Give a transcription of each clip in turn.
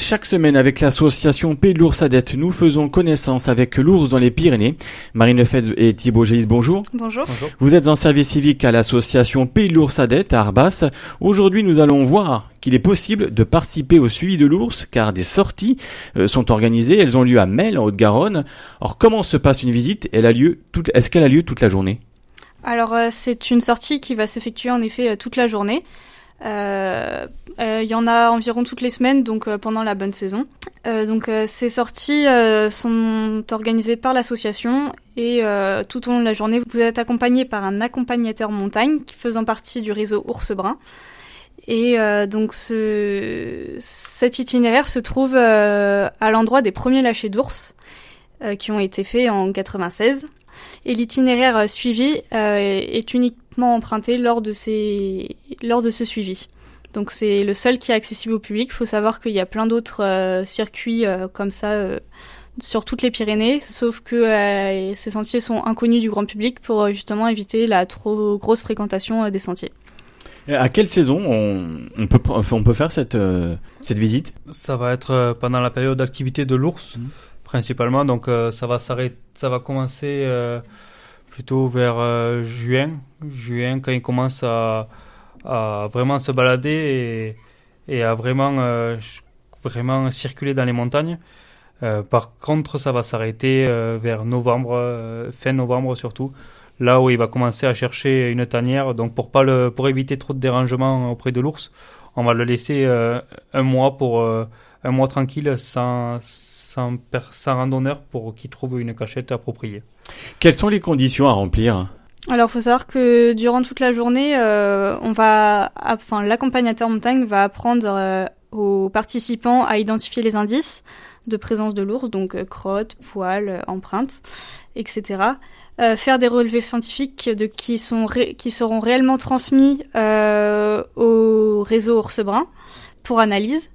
chaque semaine avec l'association Pays de l'Ours Adette, nous faisons connaissance avec l'ours dans les Pyrénées. Marine Lefebvre et Thibaut Géis, bonjour. Bonjour. Vous êtes en service civique à l'association Pays de l'Ours Adette à Arbas. Aujourd'hui, nous allons voir qu'il est possible de participer au suivi de l'ours car des sorties sont organisées. Elles ont lieu à Melle, en Haute-Garonne. Alors, comment se passe une visite ? Est-ce qu'elle a lieu toute la journée ? Alors, c'est une sortie qui va s'effectuer en effet toute la journée. Il y en a environ toutes les semaines, donc pendant la bonne saison. Ces sorties sont organisées par l'association et tout au long de la journée, vous êtes accompagné par un accompagnateur montagne faisant partie du réseau Ours Brun. Et cet itinéraire se trouve à l'endroit des premiers lâchers d'ours qui ont été faits en 96. Et l'itinéraire suivi est uniquement emprunté lors de ce suivi. Donc c'est le seul qui est accessible au public. Il faut savoir qu'il y a plein d'autres circuits comme ça sur toutes les Pyrénées, sauf que ces sentiers sont inconnus du grand public pour justement éviter la trop grosse fréquentation des sentiers. À quelle saison on peut faire cette visite ? Ça va être pendant la période d'activité de l'ours, principalement. Donc ça va commencer plutôt vers juin quand il commence à vraiment se balader et à vraiment circuler dans les montagnes. Par contre, ça va s'arrêter vers novembre, fin novembre surtout, là où il va commencer à chercher une tanière. Donc pour éviter trop de dérangements auprès de l'ours, on va le laisser un mois tranquille sans randonneur pour qu'il trouve une cachette appropriée. Quelles sont les conditions à remplir ? Alors, il faut savoir que durant toute la journée, l'accompagnateur montagne va apprendre aux participants à identifier les indices de présence de l'ours, donc crottes, poils, empreintes, etc. Faire des relevés scientifiques qui seront réellement transmis au réseau Ours Brun pour analyse.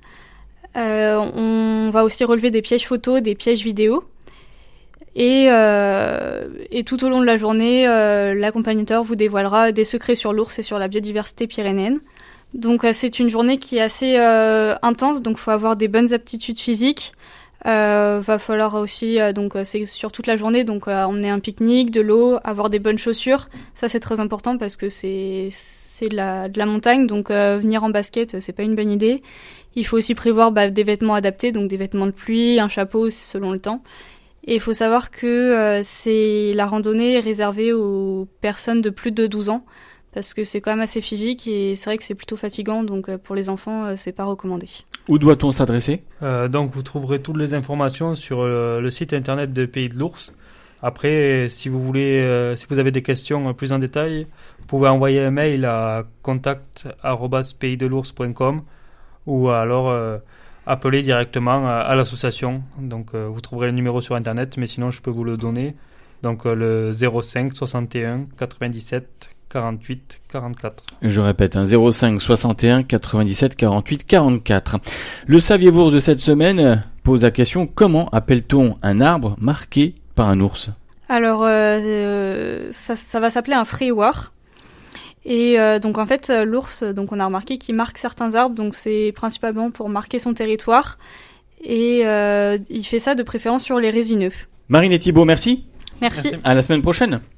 On va aussi relever des pièges photos, des pièges vidéo. Et tout au long de la journée, l'accompagnateur vous dévoilera des secrets sur l'ours et sur la biodiversité pyrénéenne. Donc c'est une journée qui est assez intense, donc faut avoir des bonnes aptitudes physiques. Va falloir aussi, c'est sur toute la journée, donc emmener un pique-nique, de l'eau, avoir des bonnes chaussures. Ça c'est très important parce que c'est de la montagne, donc venir en basket c'est pas une bonne idée. Il faut aussi prévoir des vêtements adaptés, donc des vêtements de pluie, un chapeau selon le temps. Et il faut savoir que la randonnée est réservée aux personnes de plus de 12 ans, parce que c'est quand même assez physique et c'est vrai que c'est plutôt fatigant, donc pour les enfants, c'est pas recommandé. Où doit-on s'adresser ? Donc vous trouverez toutes les informations sur le site internet de Pays de l'Ours. Après, si vous avez des questions plus en détail, vous pouvez envoyer un mail à contact@paysdelours.com ou alors appeler directement à l'association. Donc vous trouverez le numéro sur internet, mais sinon je peux vous le donner. Donc le 05 61 97 48 44. Je répète, 05 61 97 48 44. Le saviez-vous de cette semaine pose la question: comment appelle-t-on un arbre marqué par un ours ? Alors ça va s'appeler un fréoir. Et donc en fait l'ours, donc on a remarqué qu'il marque certains arbres, donc c'est principalement pour marquer son territoire et il fait ça de préférence sur les résineux. Marine et Thibaut, merci. Merci. À la semaine prochaine.